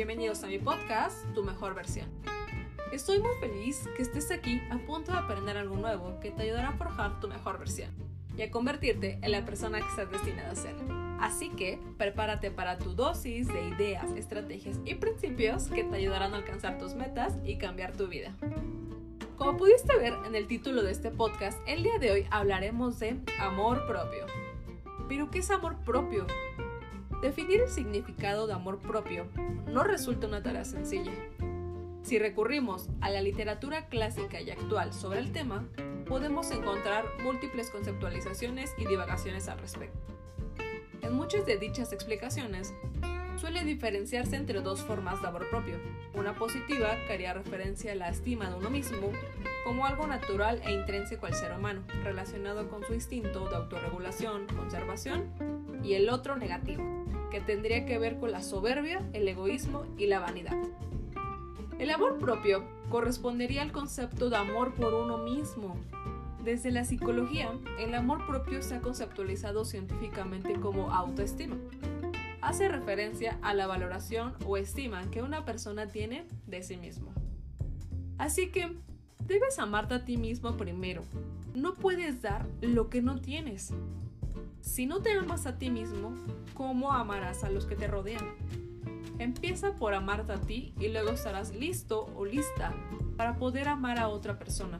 bienvenidos a mi podcast, Tu Mejor Versión. Estoy muy feliz que estés aquí a punto de aprender algo nuevo que te ayudará a forjar tu mejor versión y a convertirte en la persona que estás destinada a ser. Así que prepárate para tu dosis de ideas, estrategias y principios que te ayudarán a alcanzar tus metas y cambiar tu vida. Como pudiste ver en el título de este podcast, el día de hoy hablaremos de amor propio. ¿Pero qué es amor propio? Definir el significado de amor propio no resulta una tarea sencilla. Si recurrimos a la literatura clásica y actual sobre el tema, podemos encontrar múltiples conceptualizaciones y divagaciones al respecto. En muchas de dichas explicaciones, suele diferenciarse entre dos formas de amor propio. Una positiva, que haría referencia a la estima de uno mismo como algo natural e intrínseco al ser humano, relacionado con su instinto de autorregulación, conservación, y el otro negativo, que tendría que ver con la soberbia, el egoísmo y la vanidad. El amor propio correspondería al concepto de amor por uno mismo. Desde la psicología, el amor propio se ha conceptualizado científicamente como autoestima. Hace referencia a la valoración o estima que una persona tiene de sí mismo. Así que, debes amarte a ti mismo primero. No puedes dar lo que no tienes. Si no te amas a ti mismo, ¿cómo amarás a los que te rodean? Empieza por amarte a ti y luego estarás listo o lista para poder amar a otra persona.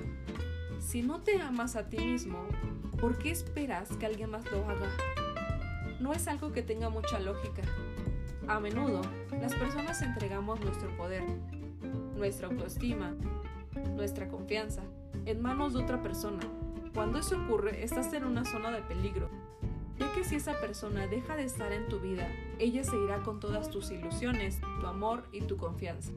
Si no te amas a ti mismo, ¿por qué esperas que alguien más lo haga? No es algo que tenga mucha lógica. A menudo, las personas entregamos nuestro poder, nuestra autoestima, nuestra confianza, en manos de otra persona. Cuando eso ocurre, estás en una zona de peligro, ya que si esa persona deja de estar en tu vida, ella se irá con todas tus ilusiones, tu amor y tu confianza.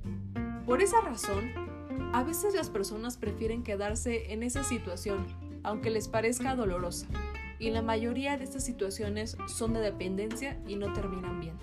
Por esa razón, a veces las personas prefieren quedarse en esa situación, aunque les parezca dolorosa. Y la mayoría de estas situaciones son de dependencia y no terminan bien.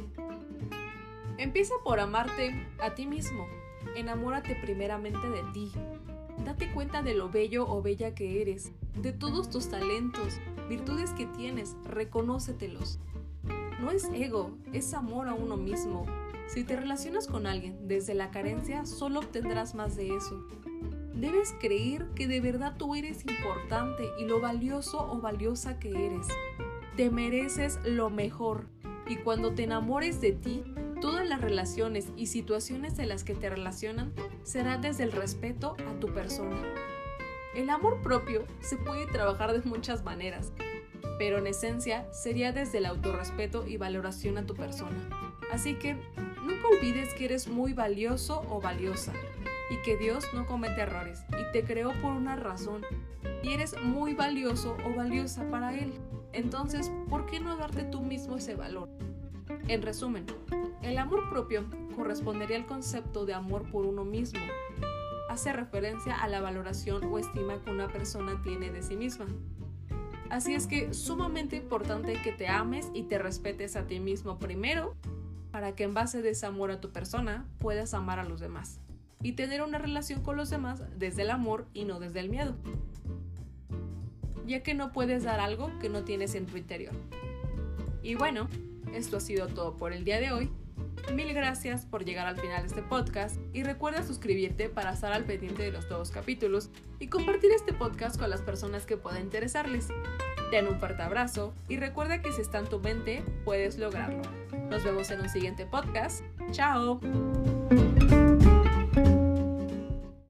Empieza por amarte a ti mismo. Enamórate primeramente de ti. Date cuenta de lo bello o bella que eres, de todos tus talentos, virtudes que tienes, reconócetelos. No es ego, es amor a uno mismo. Si te relacionas con alguien desde la carencia, solo obtendrás más de eso. Debes creer que de verdad tú eres importante y lo valioso o valiosa que eres. Te mereces lo mejor y cuando te enamores de ti, todas las relaciones y situaciones de las que te relacionan serán desde el respeto a tu persona. El amor propio se puede trabajar de muchas maneras, pero en esencia sería desde el autorrespeto y valoración a tu persona. Así que nunca olvides que eres muy valioso o valiosa y que Dios no comete errores y te creó por una razón y eres muy valioso o valiosa para Él. Entonces, ¿por qué no darte tú mismo ese valor? En resumen, el amor propio correspondería al concepto de amor por uno mismo. Hace referencia a la valoración o estima que una persona tiene de sí misma. Así es que es sumamente importante que te ames y te respetes a ti mismo primero, para que en base de ese amor a tu persona puedas amar a los demás y tener una relación con los demás desde el amor y no desde el miedo, ya que no puedes dar algo que no tienes en tu interior. Y bueno, esto ha sido todo por el día de hoy. Mil gracias por llegar al final de este podcast y recuerda suscribirte para estar al pendiente de los nuevos capítulos y compartir este podcast con las personas que pueda interesarles. Ten un fuerte abrazo y recuerda que si está en tu mente, puedes lograrlo. Nos vemos en un siguiente podcast. ¡Chao!